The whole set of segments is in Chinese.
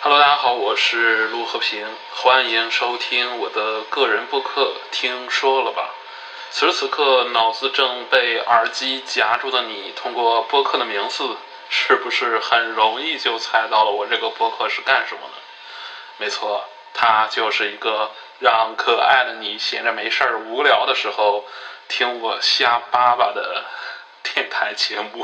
Hello， 大家好，我是陆和平，欢迎收听我的个人播客。听说了吧？此时此刻，脑子正被耳机夹住的你，通过播客的名字，是不是很容易就猜到了我这个播客是干什么呢？没错，它就是一个让可爱的你闲着没事儿无聊的时候听我瞎叭叭的电台节目。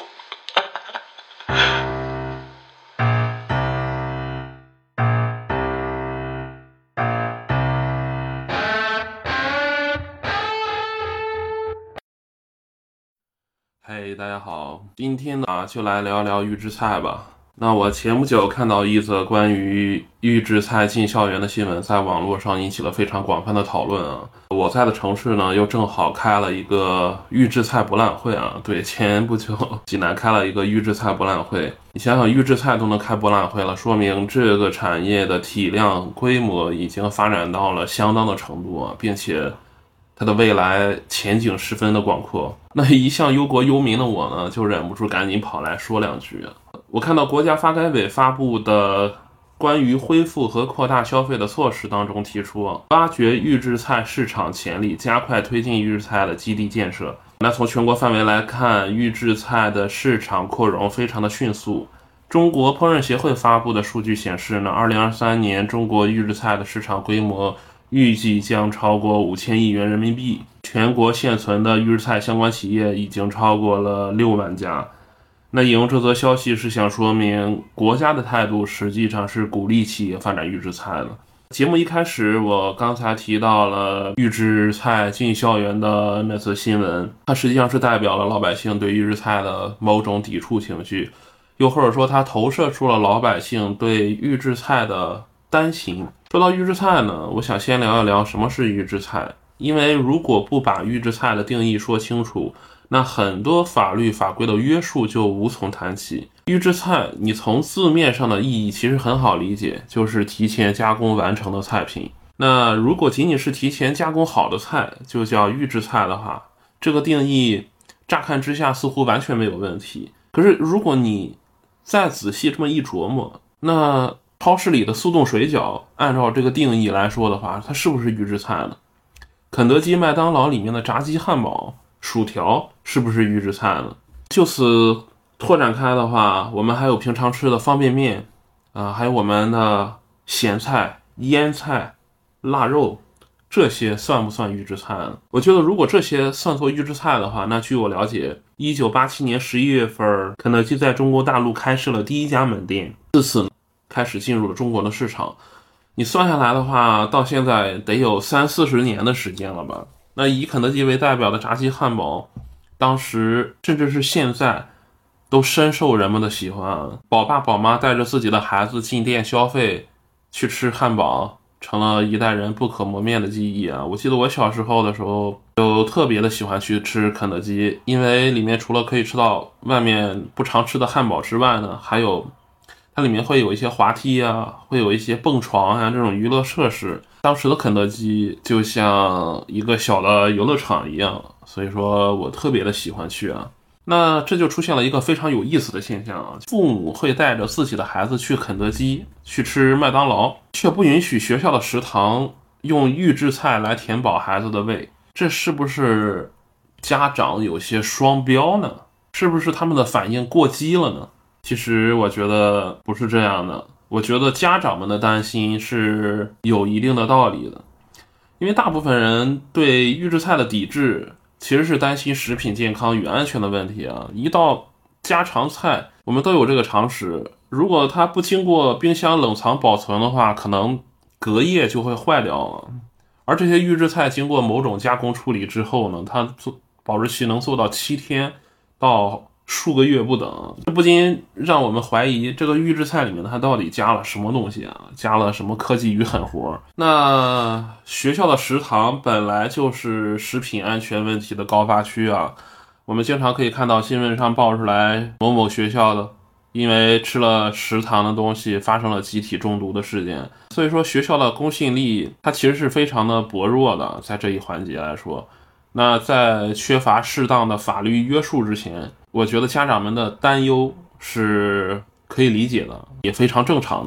嘿，大家好，今天呢就来聊聊预制菜吧。那我前不久看到一则关于预制菜进校园的新闻，在网络上引起了非常广泛的讨论啊。我在的城市呢，又正好开了一个预制菜博览会啊。对，前不久济南开了一个预制菜博览会。你想想，预制菜都能开博览会了，说明这个产业的体量规模已经发展到了相当的程度啊，并且它的未来前景十分的广阔。那一向忧国忧民的我呢，就忍不住赶紧跑来说两句。我看到国家发改委发布的关于恢复和扩大消费的措施当中提出，挖掘预制菜市场潜力，加快推进预制菜的基地建设。那从全国范围来看，预制菜的市场扩容非常的迅速。中国烹饪协会发布的数据显示呢，2023年中国预制菜的市场规模预计将超过5000亿元人民币，全国现存的预制菜相关企业已经超过了6万家。那引用这则消息是想说明国家的态度实际上是鼓励企业发展预制菜的。节目一开始我刚才提到了预制菜进校园的那则新闻，它实际上是代表了老百姓对预制菜的某种抵触情绪，又或者说它投射出了老百姓对预制菜的担心。说到预制菜呢，我想先聊一聊什么是预制菜，因为如果不把预制菜的定义说清楚，那很多法律法规的约束就无从谈起。预制菜你从字面上的意义其实很好理解，就是提前加工完成的菜品。那如果仅仅是提前加工好的菜就叫预制菜的话，这个定义乍看之下似乎完全没有问题。可是如果你再仔细这么一琢磨，那超市里的速冻水饺按照这个定义来说的话，它是不是预制菜呢？肯德基麦当劳里面的炸鸡汉堡薯条是不是预制菜呢？就此拓展开的话，我们还有平常吃的方便面还有我们的咸菜、腌菜、腊肉，这些算不算预制菜呢？我觉得如果这些算作预制菜的话，那据我了解，1987年11月份肯德基在中国大陆开设了第一家门店，自此开始进入了中国的市场。你算下来的话，到现在得有30-40年的时间了吧。那以肯德基为代表的炸鸡汉堡，当时甚至是现在都深受人们的喜欢。宝爸宝妈带着自己的孩子进店消费，去吃汉堡，成了一代人不可磨灭的记忆啊！我记得我小时候的时候就特别的喜欢去吃肯德基，因为里面除了可以吃到外面不常吃的汉堡之外呢，还有它里面会有一些滑梯啊，会有一些蹦床啊，这种娱乐设施。当时的肯德基就像一个小的游乐场一样，所以说我特别的喜欢去啊。那这就出现了一个非常有意思的现象啊，父母会带着自己的孩子去肯德基去吃麦当劳，却不允许学校的食堂用预制菜来填饱孩子的胃，这是不是家长有些双标呢？是不是他们的反应过激了呢？其实我觉得不是这样的，我觉得家长们的担心是有一定的道理的，因为大部分人对预制菜的抵制其实是担心食品健康与安全的问题啊。一道家常菜我们都有这个常识，如果它不经过冰箱冷藏保存的话，可能隔夜就会坏掉了。而这些预制菜经过某种加工处理之后呢，它保质期能做到7天到数个月不等，这不禁让我们怀疑这个预制菜里面它到底加了什么东西啊？加了什么科技与狠活？那学校的食堂本来就是食品安全问题的高发区啊，我们经常可以看到新闻上报出来某某学校的因为吃了食堂的东西发生了集体中毒的事件。所以说学校的公信力它其实是非常的薄弱的，在这一环节来说。那在缺乏适当的法律约束之前，我觉得家长们的担忧是可以理解的，也非常正常的。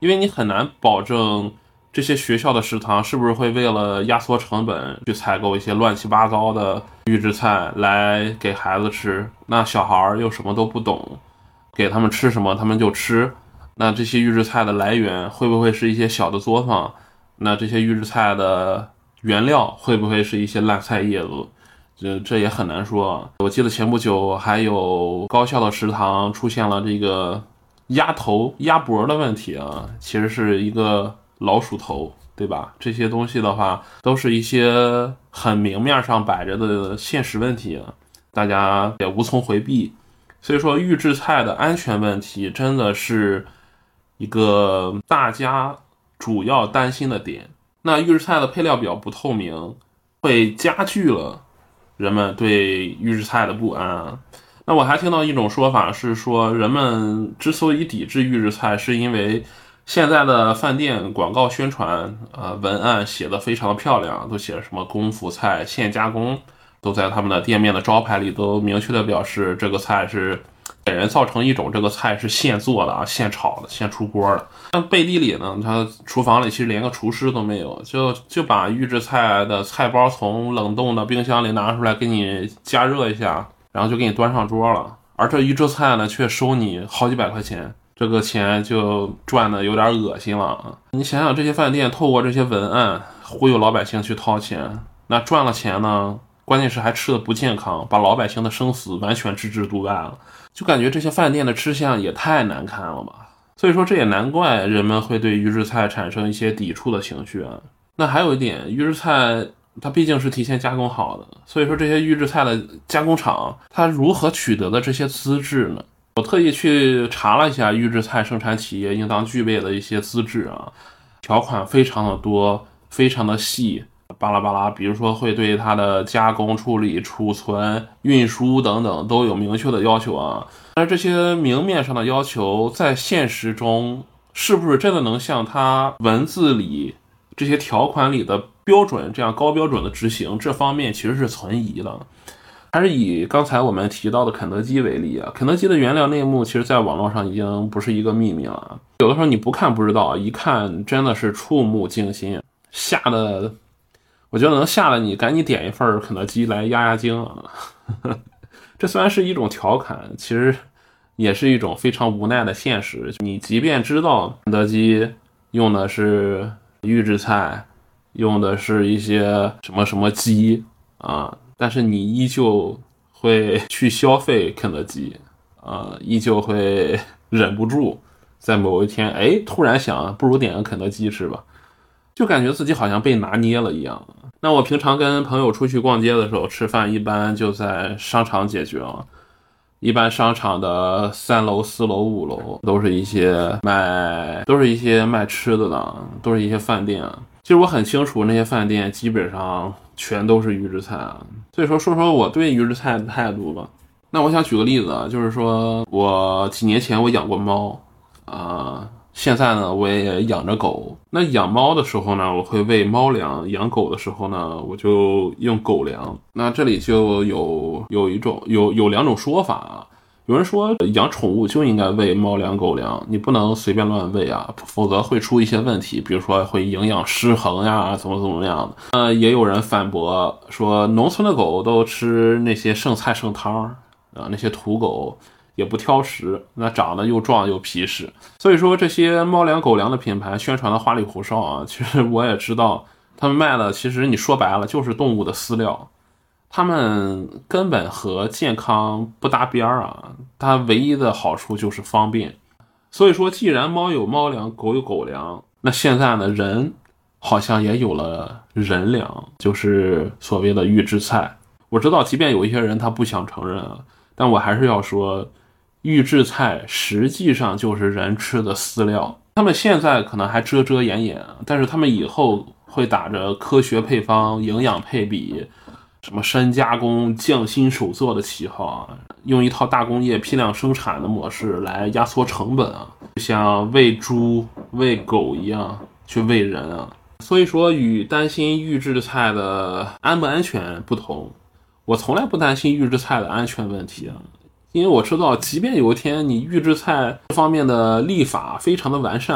因为你很难保证这些学校的食堂是不是会为了压缩成本去采购一些乱七八糟的预制菜来给孩子吃，那小孩又什么都不懂，给他们吃什么他们就吃，那这些预制菜的来源会不会是一些小的作坊？那这些预制菜的原料会不会是一些烂菜叶子？这也很难说。我记得前不久还有高校的食堂出现了这个鸭头鸭脖的问题啊，其实是一个老鼠头，对吧？这些东西的话都是一些很明面上摆着的现实问题啊，大家也无从回避。所以说预制菜的安全问题真的是一个大家主要担心的点。那预制菜的配料表不透明，会加剧了人们对预制菜的不安。那我还听到一种说法是说，人们之所以抵制预制菜，是因为现在的饭店广告宣传文案写得非常的漂亮，都写什么功夫菜、现加工，都在他们的店面的招牌里都明确的表示这个菜是给人造成一种这个菜是现做的、现炒的、现出锅的。但背地里呢，他厨房里其实连个厨师都没有，就把预制菜的菜包从冷冻的冰箱里拿出来给你加热一下，然后就给你端上桌了。而这预制菜呢，却收你好几百块钱，这个钱就赚的有点恶心了啊！你想想，这些饭店透过这些文案忽悠老百姓去掏钱，那赚了钱呢，关键是还吃的不健康，把老百姓的生死完全置之度外了，就感觉这些饭店的吃相也太难看了吧。所以说这也难怪人们会对预制菜产生一些抵触的情绪啊。那还有一点，预制菜它毕竟是提前加工好的，所以说这些预制菜的加工厂它如何取得的这些资质呢？我特意去查了一下预制菜生产企业应当具备的一些资质啊，条款非常的多，非常的细，巴拉巴拉，比如说会对它的加工、处理、储存、运输等等都有明确的要求啊。但是这些明面上的要求在现实中是不是真的能像它文字里这些条款里的标准这样高标准的执行，这方面其实是存疑的。还是以刚才我们提到的肯德基为例啊，肯德基的原料内幕其实在网络上已经不是一个秘密了，有的时候你不看不知道，一看真的是触目惊心，吓得我觉得能吓得你赶紧点一份肯德基来压压惊啊。这虽然是一种调侃，其实也是一种非常无奈的现实。你即便知道肯德基用的是预制菜，用的是一些什么什么鸡啊，但是你依旧会去消费肯德基依旧会忍不住在某一天突然想不如点个肯德基吃吧，就感觉自己好像被拿捏了一样。那我平常跟朋友出去逛街的时候吃饭，一般就在商场解决啊。一般商场的3楼、4楼、5楼都是一些卖吃的的，都是一些饭店。其实我很清楚，那些饭店基本上全都是预制菜啊。所以说我对预制菜的态度吧。那我想举个例子啊，就是说我几年前我养过猫现在呢我也养着狗。那养猫的时候呢，我会喂猫粮；养狗的时候呢，我就用狗粮。那这里就有两种说法啊。有人说养宠物就应该喂猫粮、狗粮，你不能随便乱喂啊，否则会出一些问题，比如说会营养失衡呀，怎么样的。也有人反驳说，农村的狗都吃那些剩菜剩汤那些土狗也不挑食，那长得又壮又皮实。所以说这些猫粮狗粮的品牌宣传的花里胡哨啊，其实我也知道他们卖的其实你说白了就是动物的饲料，他们根本和健康不搭边啊，它唯一的好处就是方便。所以说既然猫有猫粮，狗有狗粮，那现在呢人好像也有了人粮，就是所谓的预制菜。我知道即便有一些人他不想承认啊，但我还是要说，预制菜实际上就是人吃的饲料。他们现在可能还遮遮掩掩，但是他们以后会打着科学配方、营养配比、什么深加工、匠心手做的旗号啊，用一套大工业批量生产的模式来压缩成本啊，就像喂猪、喂狗一样去喂人啊。所以说，与担心预制菜的安不安全不同，我从来不担心预制菜的安全问题啊，因为我知道，即便有一天你预制菜这方面的立法非常的完善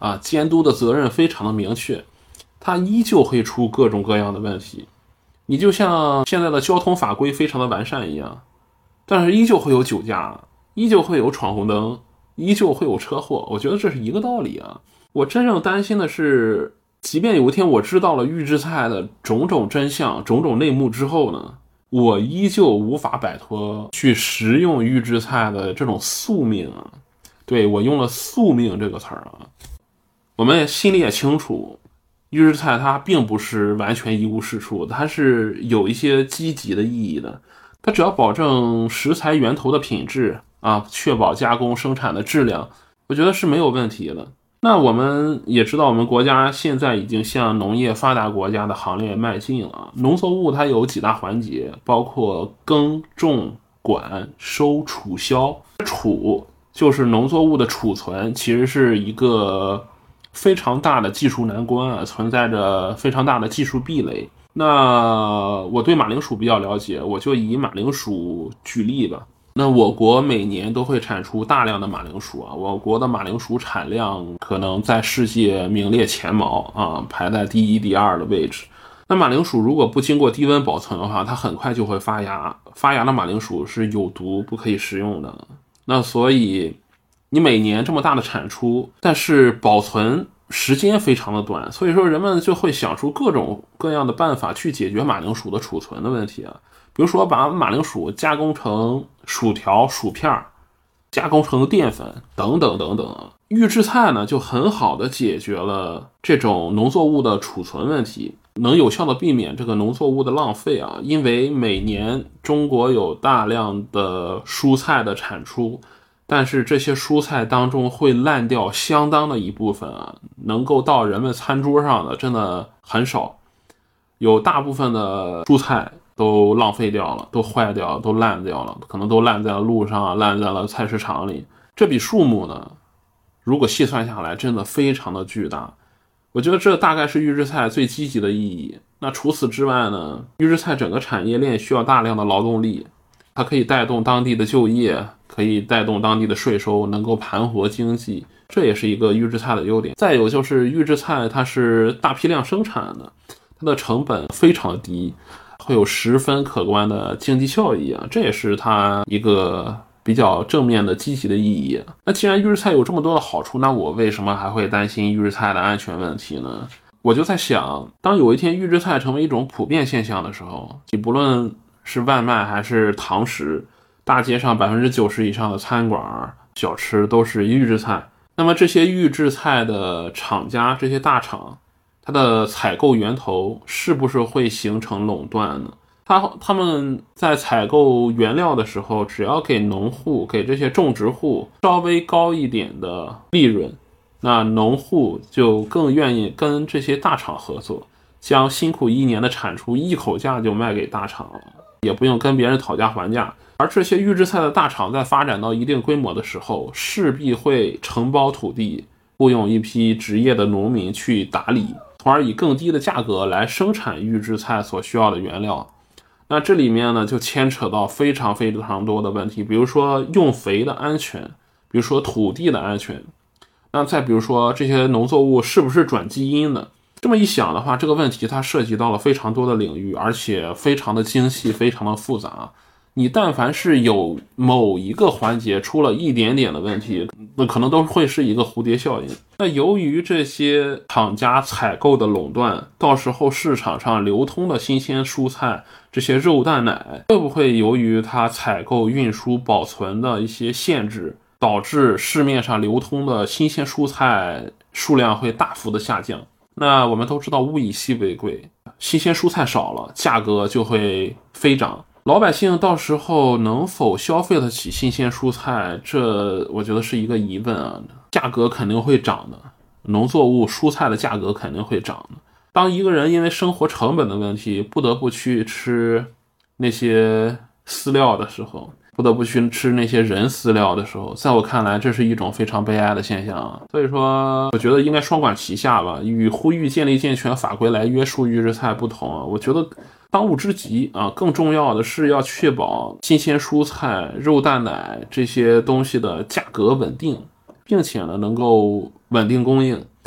监督的责任非常的明确，它依旧会出各种各样的问题。你就像现在的交通法规非常的完善一样，但是依旧会有酒驾，依旧会有闯红灯，依旧会有车祸，我觉得这是一个道理啊。我真正担心的是，即便有一天我知道了预制菜的种种真相、种种内幕之后呢，我依旧无法摆脱去食用预制菜的这种宿命啊。对，我用了宿命这个词儿啊。我们心里也清楚，预制菜它并不是完全一无是处，它是有一些积极的意义的。它只要保证食材源头的品质确保加工生产的质量，我觉得是没有问题的。那我们也知道，我们国家现在已经向农业发达国家的行列迈进了。农作物它有几大环节，包括耕种管收储销。储就是农作物的储存，其实是一个非常大的技术难关存在着非常大的技术壁垒。那我对马铃薯比较了解，我就以马铃薯举例吧。那我国每年都会产出大量的马铃薯我国的马铃薯产量可能在世界名列前茅排在第一、第二的位置。那马铃薯如果不经过低温保存的话，它很快就会发芽，发芽的马铃薯是有毒，不可以食用的。那所以你每年这么大的产出，但是保存时间非常的短，所以说人们就会想出各种各样的办法去解决马铃薯的储存的问题比如说把马铃薯加工成薯条、薯片，加工成淀粉等等等等。预制菜呢就很好的解决了这种农作物的储存问题，能有效的避免这个农作物的浪费因为每年中国有大量的蔬菜的产出，但是这些蔬菜当中会烂掉相当的一部分能够到人们餐桌上的真的很少，有大部分的蔬菜都浪费掉了，都坏掉了，都烂掉了，可能都烂在了路上，烂在了菜市场里。这笔数目呢，如果细算下来真的非常的巨大。我觉得这大概是预制菜最积极的意义。那除此之外呢，预制菜整个产业链需要大量的劳动力，它可以带动当地的就业，可以带动当地的税收，能够盘活经济，这也是一个预制菜的优点。再有就是预制菜它是大批量生产的，它的成本非常低，会有十分可观的经济效益这也是它一个比较正面的积极的意义。那既然预制菜有这么多的好处，那我为什么还会担心预制菜的安全问题呢？我就在想，当有一天预制菜成为一种普遍现象的时候，你不论是外卖还是堂食，大街上90%以上的餐馆小吃都是预制菜。那么这些预制菜的厂家，这些大厂，它的采购源头是不是会形成垄断呢？他们在采购原料的时候，只要给农户、给这些种植户稍微高一点的利润，那农户就更愿意跟这些大厂合作，将辛苦一年的产出一口价就卖给大厂，也不用跟别人讨价还价。而这些预制菜的大厂在发展到一定规模的时候，势必会承包土地，雇佣一批职业的农民去打理，从而以更低的价格来生产预制菜所需要的原料。那这里面呢就牵扯到非常非常多的问题，比如说用肥的安全，比如说土地的安全，那再比如说这些农作物是不是转基因的。这么一想的话，这个问题它涉及到了非常多的领域，而且非常的精细，非常的复杂。你但凡是有某一个环节出了一点点的问题，那可能都会是一个蝴蝶效应。那由于这些厂家采购的垄断，到时候市场上流通的新鲜蔬菜，这些肉蛋奶，会不会由于它采购、运输、保存的一些限制，导致市面上流通的新鲜蔬菜数量会大幅的下降？那我们都知道物以稀为贵，新鲜蔬菜少了，价格就会飞涨。老百姓到时候能否消费得起新鲜蔬菜，这我觉得是一个疑问价格肯定会涨的，农作物蔬菜的价格肯定会涨的。当一个人因为生活成本的问题不得不去吃那些饲料的时候，不得不去吃那些人饲料的时候，在我看来这是一种非常悲哀的现象所以说我觉得应该双管齐下吧，与呼吁建立健全法规来约束预制菜不同我觉得当务之急更重要的是要确保新鲜蔬菜、肉蛋奶这些东西的价格稳定，并且呢能够稳定供应。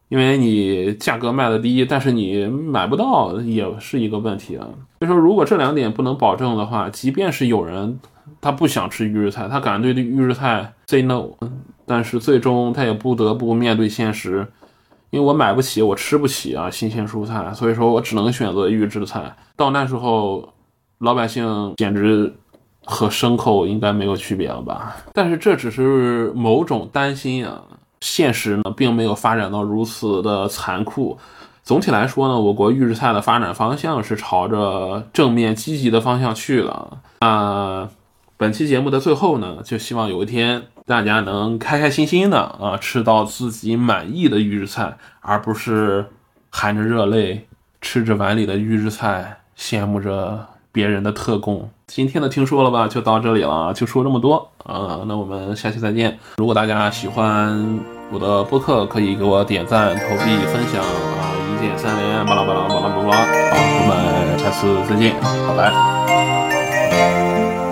因为你价格卖的低，但是你买不到也是一个问题啊。所以说，如果这2点不能保证的话，即便是有人他不想吃预制菜，他敢对预制菜 say no， 但是最终他也不得不面对现实，因为我买不起，我吃不起啊新鲜蔬菜，所以说我只能选择预制菜。到那时候，老百姓简直和牲口应该没有区别了吧？但是这只是某种担心啊。现实呢，并没有发展到如此的残酷。总体来说呢，我国预制菜的发展方向是朝着正面积极的方向去了。本期节目的最后呢，就希望有一天大家能开开心心的吃到自己满意的预制菜，而不是含着热泪吃着碗里的预制菜，羡慕着别人的特供。今天的听说了吧就到这里了，就说这么多那我们下期再见。如果大家喜欢我的播客，可以给我点赞、投币、分享一键3连，巴拉巴拉巴拉巴拉。好，我们下次再见，拜拜。